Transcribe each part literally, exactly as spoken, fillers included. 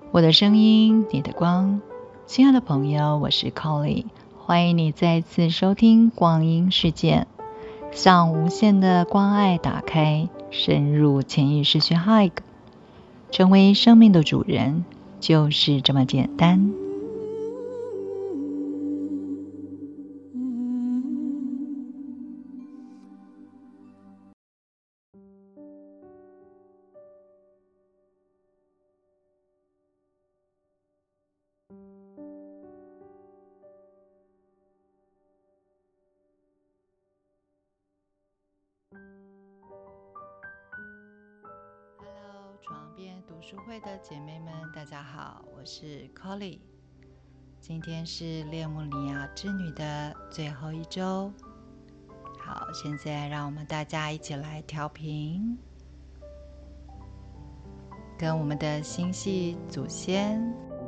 我的声音，你的光。亲爱的朋友，我是 Colly， 欢迎你再次收听光阴事件，向无限的关爱打开，深入潜意识去 hug， 成为生命的主人，就是这么简单。床边读书会的姐妹们，大家好，我是 Colly。今天是列穆尼亚之女的最后一周。好，现在让我们大家一起来调频，跟我们的星系祖先、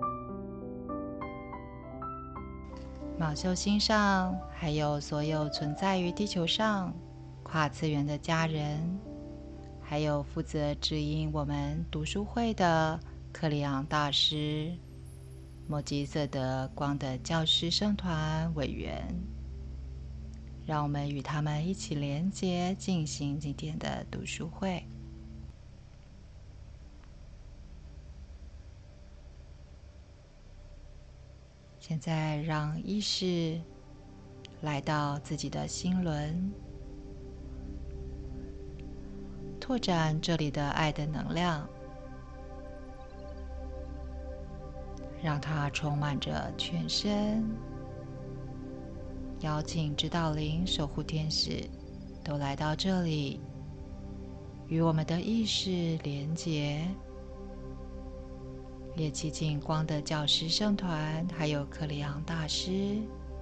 昴宿星上，还有所有存在于地球上跨次元的家人，还有负责指引我们读书会的克里昂大师、摩吉瑟德光的教师生团委员，让我们与他们一起连结，进行今天的读书会。现在让意识来到自己的心轮，拓展这里的爱的能量，让它充满着全身。邀请指导灵、守护天使都来到这里，与我们的意识连结，也祈请光的教师圣团，还有克里昂大师，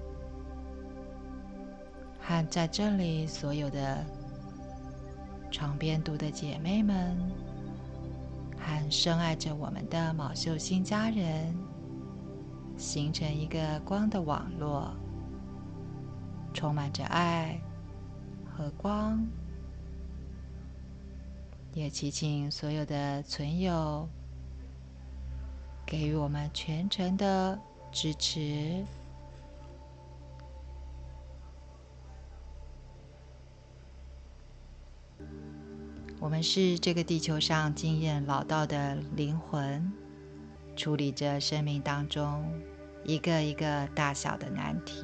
和在这里所有的床边读的姐妹们，和深爱着我们的昴宿星家人，形成一个光的网络，充满着爱和光。也祈请所有的存有给予我们全程的支持。我们是这个地球上经验老道的灵魂，处理着生命当中一个一个大小的难题。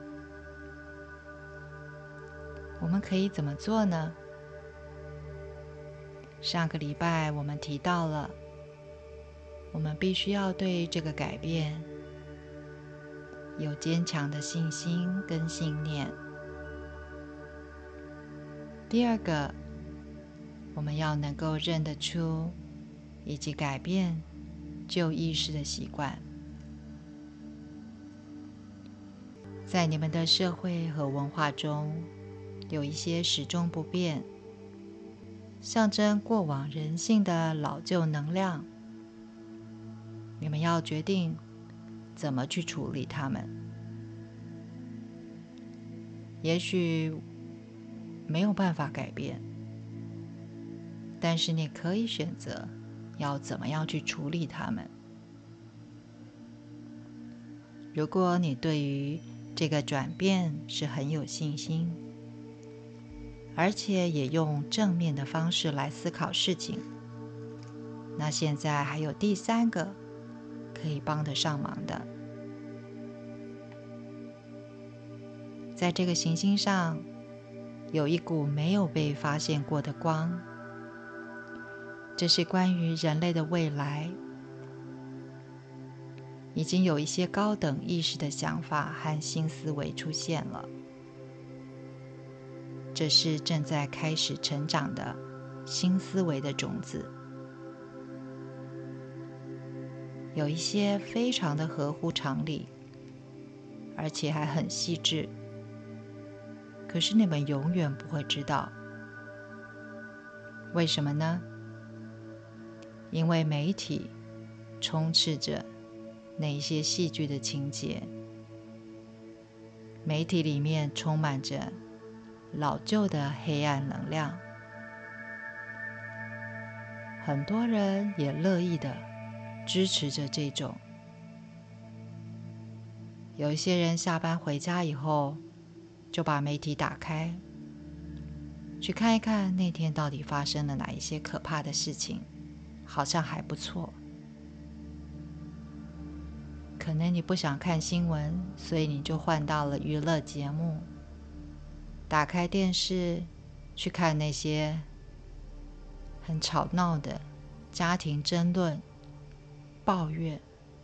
我们可以怎么做呢？上个礼拜我们提到了，我们必须要对这个改变有坚强的信心跟信念。第二个，我们要能够认得出以及改变旧意识的习惯。在你们的社会和文化中，有一些始终不变，象征过往人性的老旧能量。你们要决定怎么去处理它们。也许没有办法改变，但是你可以选择要怎么样去处理它们。如果你对于这个转变是很有信心，而且也用正面的方式来思考事情，那现在还有第三个可以帮得上忙的。在这个行星上有一股没有被发现过的光，这是关于人类的未来。已经有一些高等意识的想法和新思维出现了，这是正在开始成长的新思维的种子。有一些非常的合乎常理，而且还很细致，可是你们永远不会知道。为什么呢？因为媒体充斥着那一些戏剧的情节，媒体里面充满着老旧的黑暗能量，很多人也乐意的支持着这种。有一些人下班回家以后，就把媒体打开，去看一看那天到底发生了哪一些可怕的事情，好像还不错。可能你不想看新闻，所以你就换到了娱乐节目，打开电视去看那些很吵闹的家庭争论、抱怨。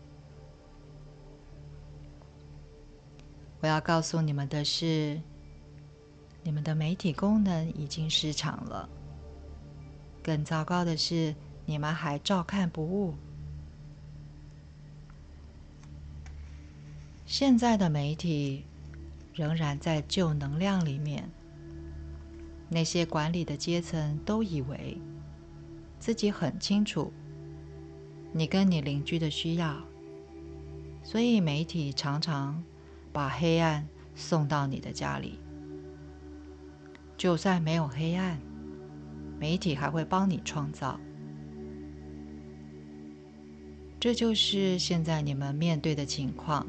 我要告诉你们的是，你们的媒体功能已经失常了。更糟糕的是，你们还照看不误。现在的媒体仍然在旧能量里面，那些管理的阶层都以为自己很清楚你跟你邻居的需要，所以媒体常常把黑暗送到你的家里。就算没有黑暗，媒体还会帮你创造。这就是现在你们面对的情况。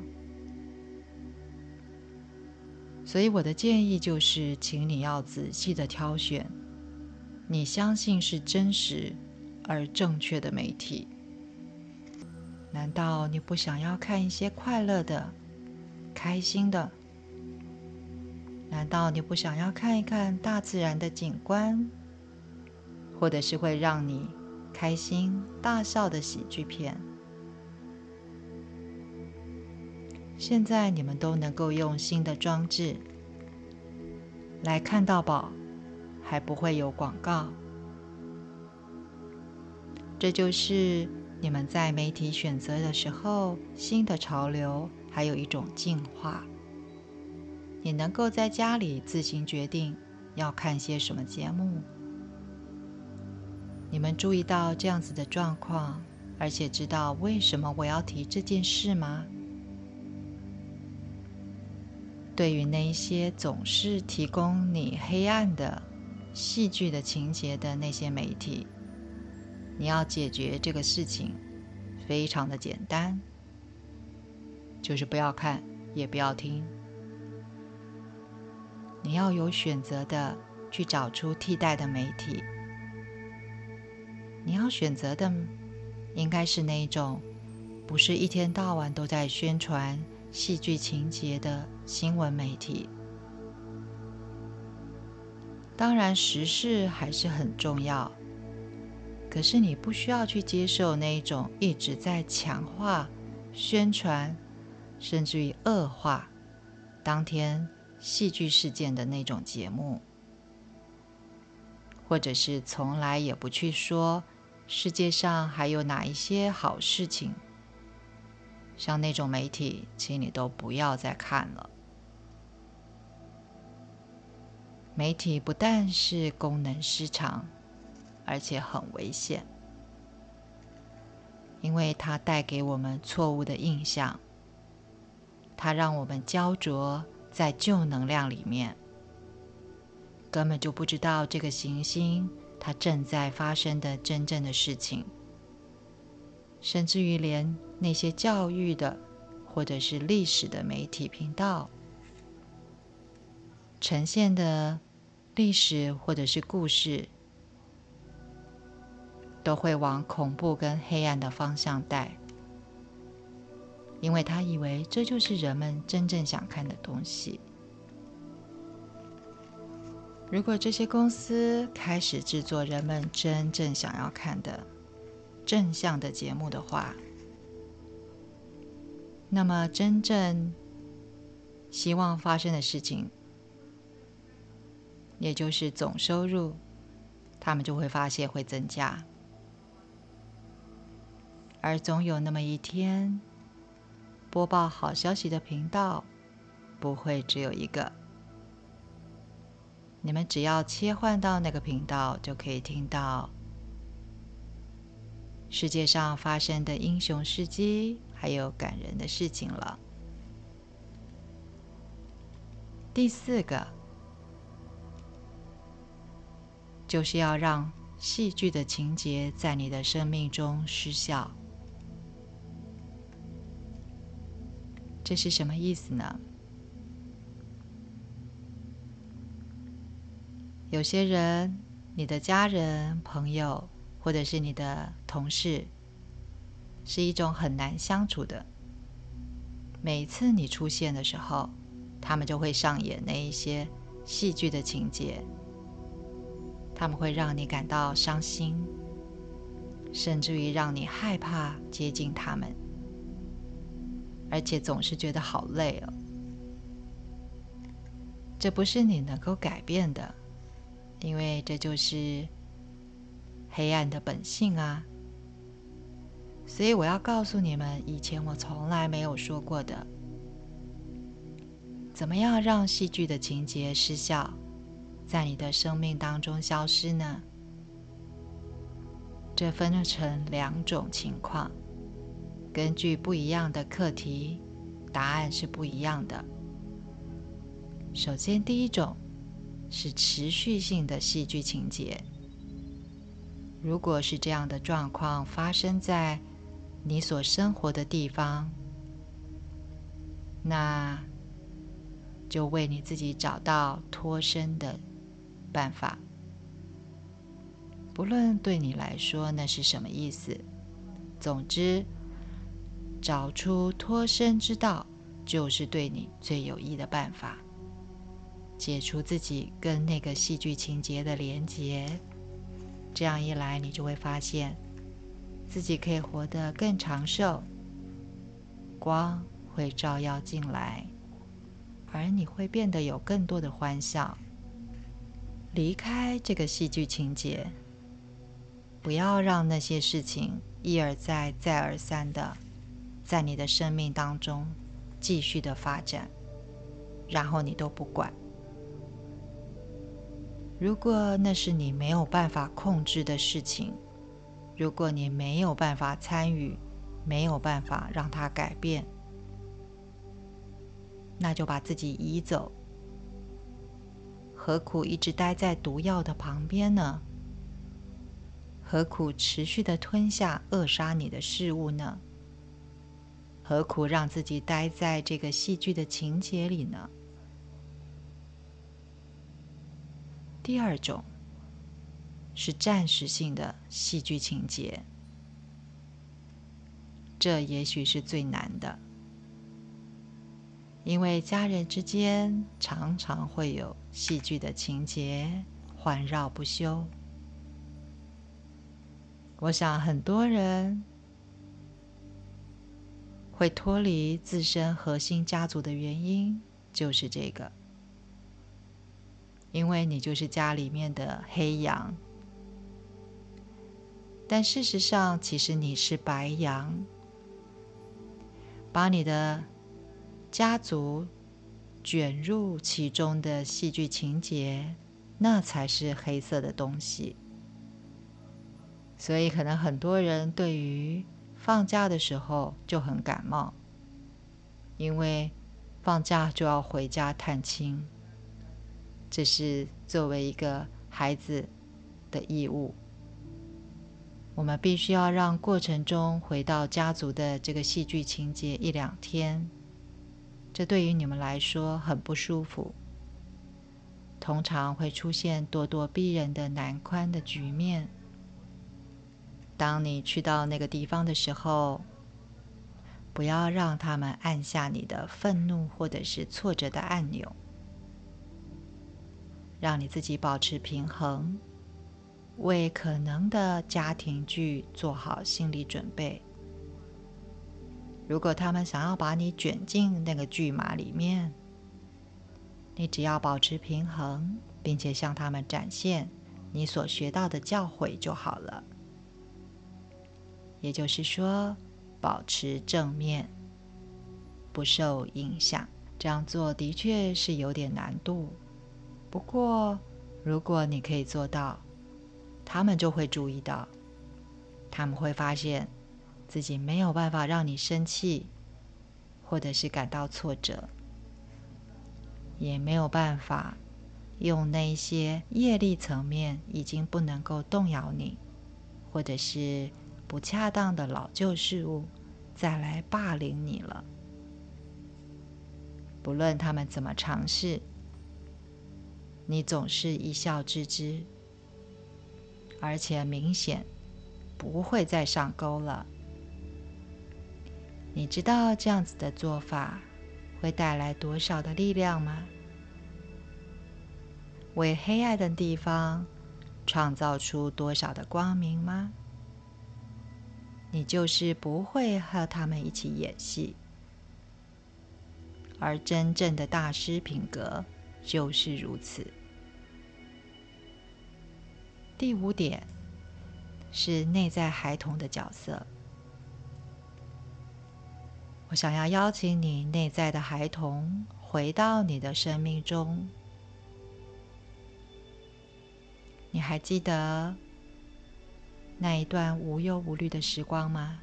所以我的建议就是，请你要仔细的挑选你相信是真实而正确的媒体。难道你不想要看一些快乐的、开心的？难道你不想要看一看大自然的景观，或者是会让你开心大笑的喜剧片？现在你们都能够用新的装置来看到宝，还不会有广告。这就是你们在媒体选择的时候新的潮流，还有一种进化。你能够在家里自行决定要看些什么节目。你们注意到这样子的状况，而且知道为什么我要提这件事吗？对于那一些总是提供你黑暗的戏剧的情节的那些媒体，你要解决这个事情非常的简单，就是不要看也不要听。你要有选择的去找出替代的媒体。你要选择的应该是那一种不是一天到晚都在宣传戏剧情节的新闻媒体。当然时事还是很重要，可是你不需要去接受那一种一直在强化、宣传，甚至于恶化当天戏剧事件的那种节目，或者是从来也不去说世界上还有哪一些好事情，像那种媒体，请你都不要再看了。媒体不但是功能失常，而且很危险，因为它带给我们错误的印象，它让我们焦灼在旧能量里面，根本就不知道这个行星它正在发生的真正的事情，甚至于连那些教育的或者是历史的媒体频道呈现的历史或者是故事，都会往恐怖跟黑暗的方向带，因为他以为这就是人们真正想看的东西。如果这些公司开始制作人们真正想要看的正向的节目的话，那么真正希望发生的事情，也就是总收入，他们就会发现会增加。而总有那么一天，播报好消息的频道不会只有一个，你们只要切换到那个频道，就可以听到世界上发生的英雄事迹，还有感人的事情了。第四个，就是要让戏剧的情节在你的生命中失效。 这是什么意思呢？有些人，你的家人、朋友，或者是你的同事，是一种很难相处的。每一次你出现的时候，他们就会上演那一些戏剧的情节，他们会让你感到伤心，甚至于让你害怕接近他们，而且总是觉得好累哦。这不是你能够改变的，因为这就是黑暗的本性啊。所以我要告诉你们，以前我从来没有说过的，怎么样让戏剧的情节失效，在你的生命当中消失呢？这分成两种情况，根据不一样的课题，答案是不一样的。首先，第一种是持续性的戏剧情节。如果是这样的状况发生在你所生活的地方，那就为你自己找到脱身的办法。不论对你来说那是什么意思，总之，找出脱身之道，就是对你最有益的办法。解除自己跟那个戏剧情节的连结，这样一来，你就会发现自己可以活得更长寿，光会照耀进来，而你会变得有更多的欢笑。离开这个戏剧情节，不要让那些事情一而再再而三的在你的生命当中继续的发展，然后你都不管。如果那是你没有办法控制的事情，如果你没有办法参与，没有办法让它改变，那就把自己移走。何苦一直待在毒药的旁边呢？何苦持续的吞下扼杀你的事物呢？何苦让自己待在这个戏剧的情节里呢？第二种是暂时性的戏剧情节，这也许是最难的，因为家人之间常常会有戏剧的情节环绕不休。我想很多人会脱离自身核心家族的原因就是这个，因为你就是家里面的黑羊，但事实上其实你是白羊，把你的家族卷入其中的戏剧情节，那才是黑色的东西。所以可能很多人对于放假的时候就很感冒，因为放假就要回家探亲，这是作为一个孩子的义务。我们必须要让过程中回到家族的这个戏剧情节一两天，这对于你们来说很不舒服，通常会出现咄咄逼人的难堪的局面。当你去到那个地方的时候，不要让他们按下你的愤怒或者是挫折的按钮，让你自己保持平衡，为可能的家庭剧做好心理准备。如果他们想要把你卷进那个剧码里面，你只要保持平衡，并且向他们展现你所学到的教诲就好了。也就是说，保持正面，不受影响。这样做的确是有点难度，不过如果你可以做到，他们就会注意到，他们会发现自己没有办法让你生气，或者是感到挫折，也没有办法用那一些业力层面已经不能够动摇你，或者是不恰当的老旧事物再来霸凌你了。 不论他们怎么尝试，你总是一笑置之，而且明显不会再上钩了。你知道这样子的做法会带来多少的力量吗？为黑暗的地方创造出多少的光明吗？你就是不会和他们一起演戏，而真正的大师品格就是如此。第五点是内在孩童的角色。我想要邀请你内在的孩童回到你的生命中。你还记得那一段无忧无虑的时光吗？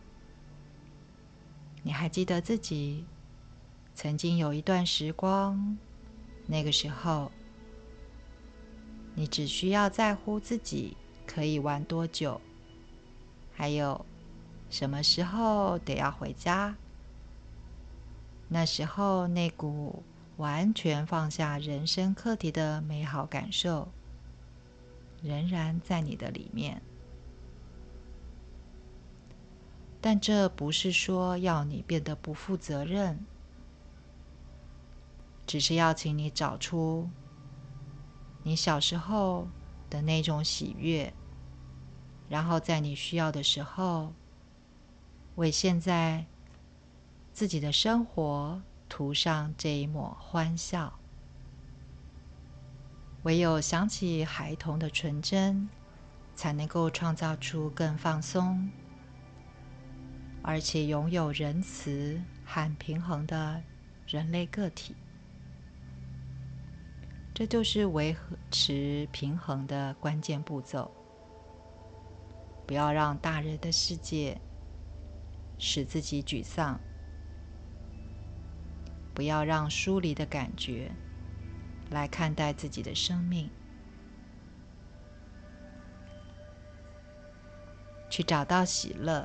你还记得自己曾经有一段时光，那个时候你只需要在乎自己可以玩多久，还有什么时候得要回家。那时候那股完全放下人生课题的美好感受仍然在你的里面。但这不是说要你变得不负责任，只是要请你找出你小时候的那种喜悦，然后在你需要的时候，为现在自己的生活涂上这一抹欢笑。唯有想起孩童的纯真，才能够创造出更放松，而且拥有仁慈和平衡的人类个体。这就是维持平衡的关键步骤。不要让大人的世界使自己沮丧，不要让疏离的感觉来看待自己的生命。去找到喜乐。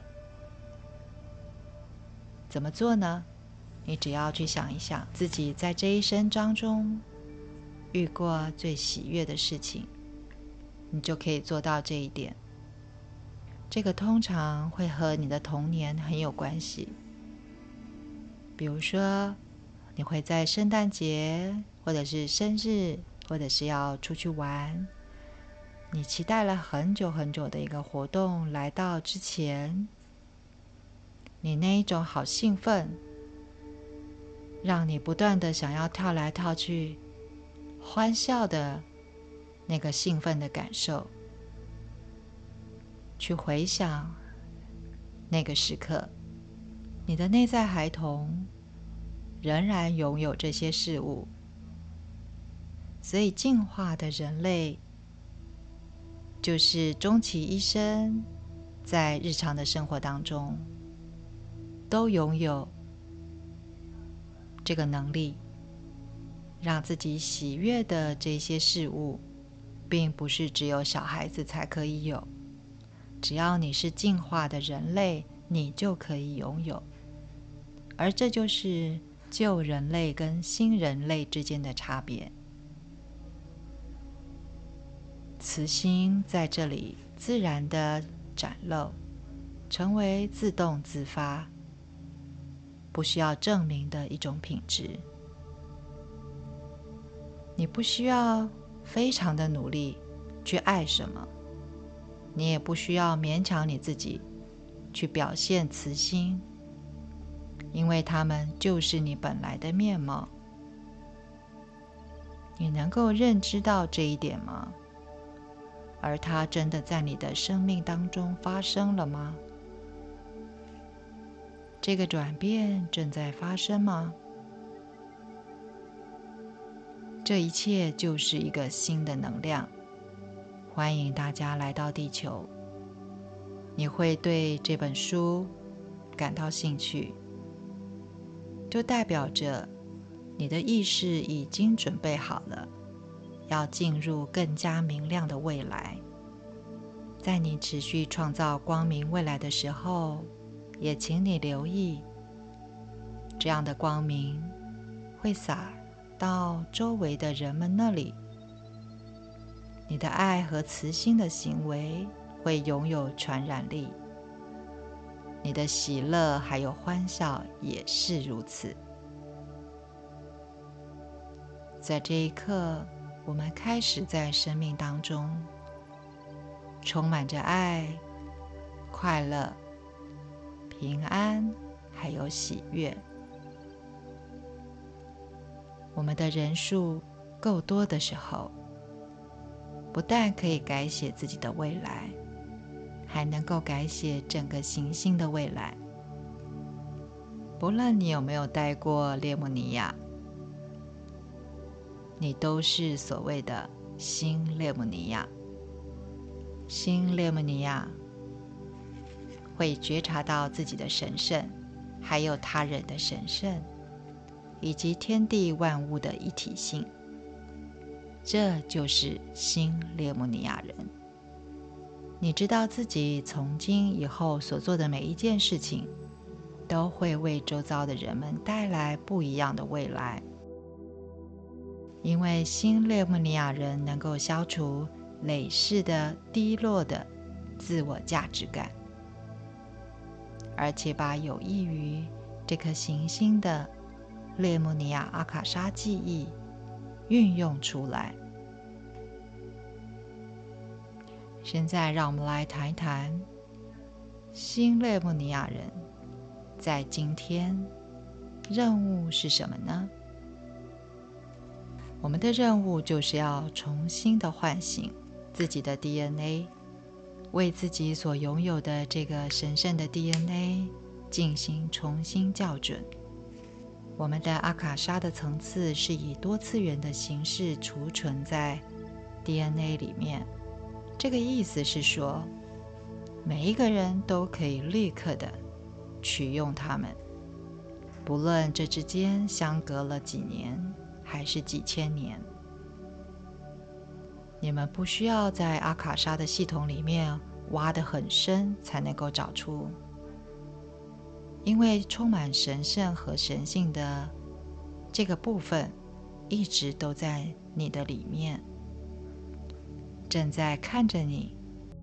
怎么做呢？你只要去想一想自己在这一生当中遇过最喜悦的事情，你就可以做到这一点。这个通常会和你的童年很有关系。比如说，你会在圣诞节或者是生日，或者是要出去玩，你期待了很久很久的一个活动来到之前，你那一种好兴奋，让你不断的想要跳来跳去欢笑的那个兴奋的感受，去回想那个时刻，你的内在孩童仍然拥有这些事物。所以进化的人类就是终其一生在日常的生活当中都拥有这个能力，让自己喜悦的这些事物并不是只有小孩子才可以有，只要你是进化的人类，你就可以拥有。而这就是旧人类跟新人类之间的差别。慈心在这里自然的展露，成为自动自发，不需要证明的一种品质。你不需要非常的努力去爱什么，你也不需要勉强你自己去表现慈心，因为它们就是你本来的面貌。你能够认知到这一点吗？而它真的在你的生命当中发生了吗？这个转变正在发生吗？这一切就是一个新的能量。欢迎大家来到地球。你会对这本书感到兴趣，就代表着你的意识已经准备好了，要进入更加明亮的未来。在你持续创造光明未来的时候，也请你留意，这样的光明会洒到周围的人们那里。你的爱和慈心的行为会拥有传染力，你的喜乐还有欢笑也是如此。在这一刻，我们开始在生命当中充满着爱、快乐、平安还有喜悦。我们的人数够多的时候，不但可以改写自己的未来，还能够改写整个行星的未来。不论你有没有待过列姆尼亚，你都是所谓的新列姆尼亚。新列姆尼亚会觉察到自己的神圣，还有他人的神圣，以及天地万物的一体性。这就是新列姆尼亚人。你知道自己从今以后所做的每一件事情，都会为周遭的人们带来不一样的未来。因为新列姆尼亚人能够消除累世的低落的自我价值感，而且把有益于这颗行星的列姆尼亚阿卡莎记忆运用出来。现在让我们来谈一谈新列姆尼亚人在今天任务是什么呢？我们的任务就是要重新的唤醒自己的 D N A， 为自己所拥有的这个神圣的 D N A 进行重新校准。我们的阿卡莎的层次是以多次元的形式储存在 D N A 里面，这个意思是说，每一个人都可以立刻的取用它们，不论这之间相隔了几年还是几千年。你们不需要在阿卡莎的系统里面挖得很深才能够找出，因为充满神圣和神性的这个部分一直都在你的里面，正在看着你。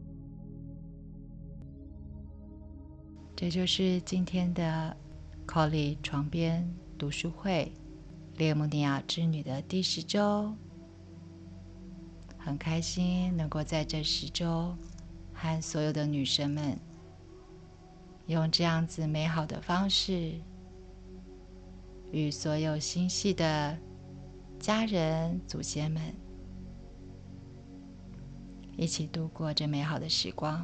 这就是今天的 Colly 床边读书会列姆尼亚之女的第十周。很开心能够在这十周和所有的女生们用这样子美好的方式，与所有星系的家人祖先们一起度过这美好的时光。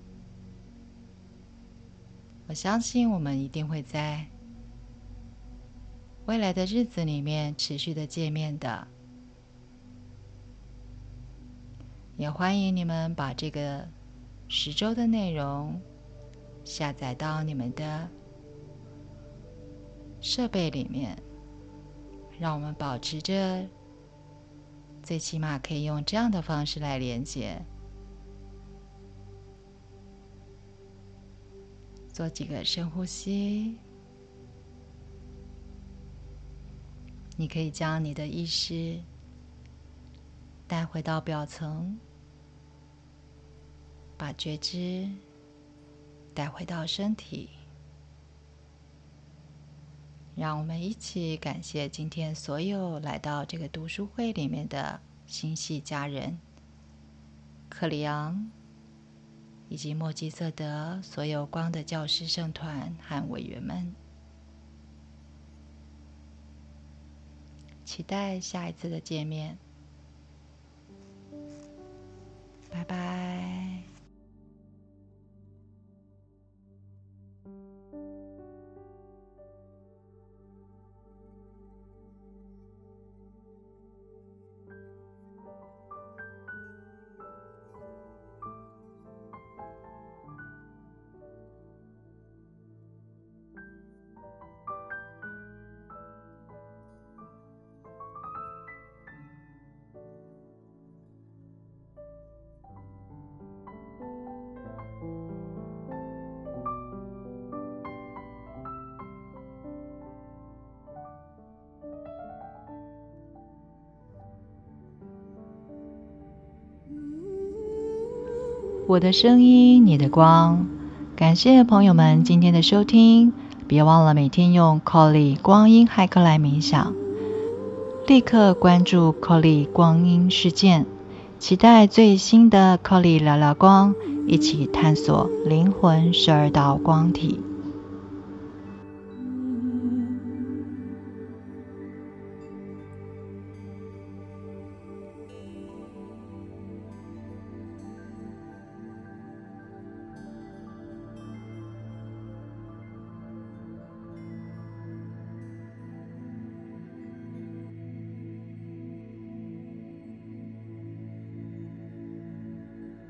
我相信我们一定会在未来的日子里面持续的见面的。也欢迎你们把这个十周的内容下载到你们的设备里面，让我们保持着最起码可以用这样的方式来连接。做几个深呼吸，你可以将你的意识带回到表层，把觉知带回到身体。让我们一起感谢今天所有来到这个读书会里面的星系家人，克里昂以及莫基瑟德所有光的教师圣团和委员们。期待下一次的见面，拜拜。 我的声音，你的光。感谢朋友们今天的收听，别忘了每天用 Colly 光阴骇客来冥想，立刻关注 Colly 光阴事件，期待最新的 Colly 聊聊光，一起探索灵魂十二道光体。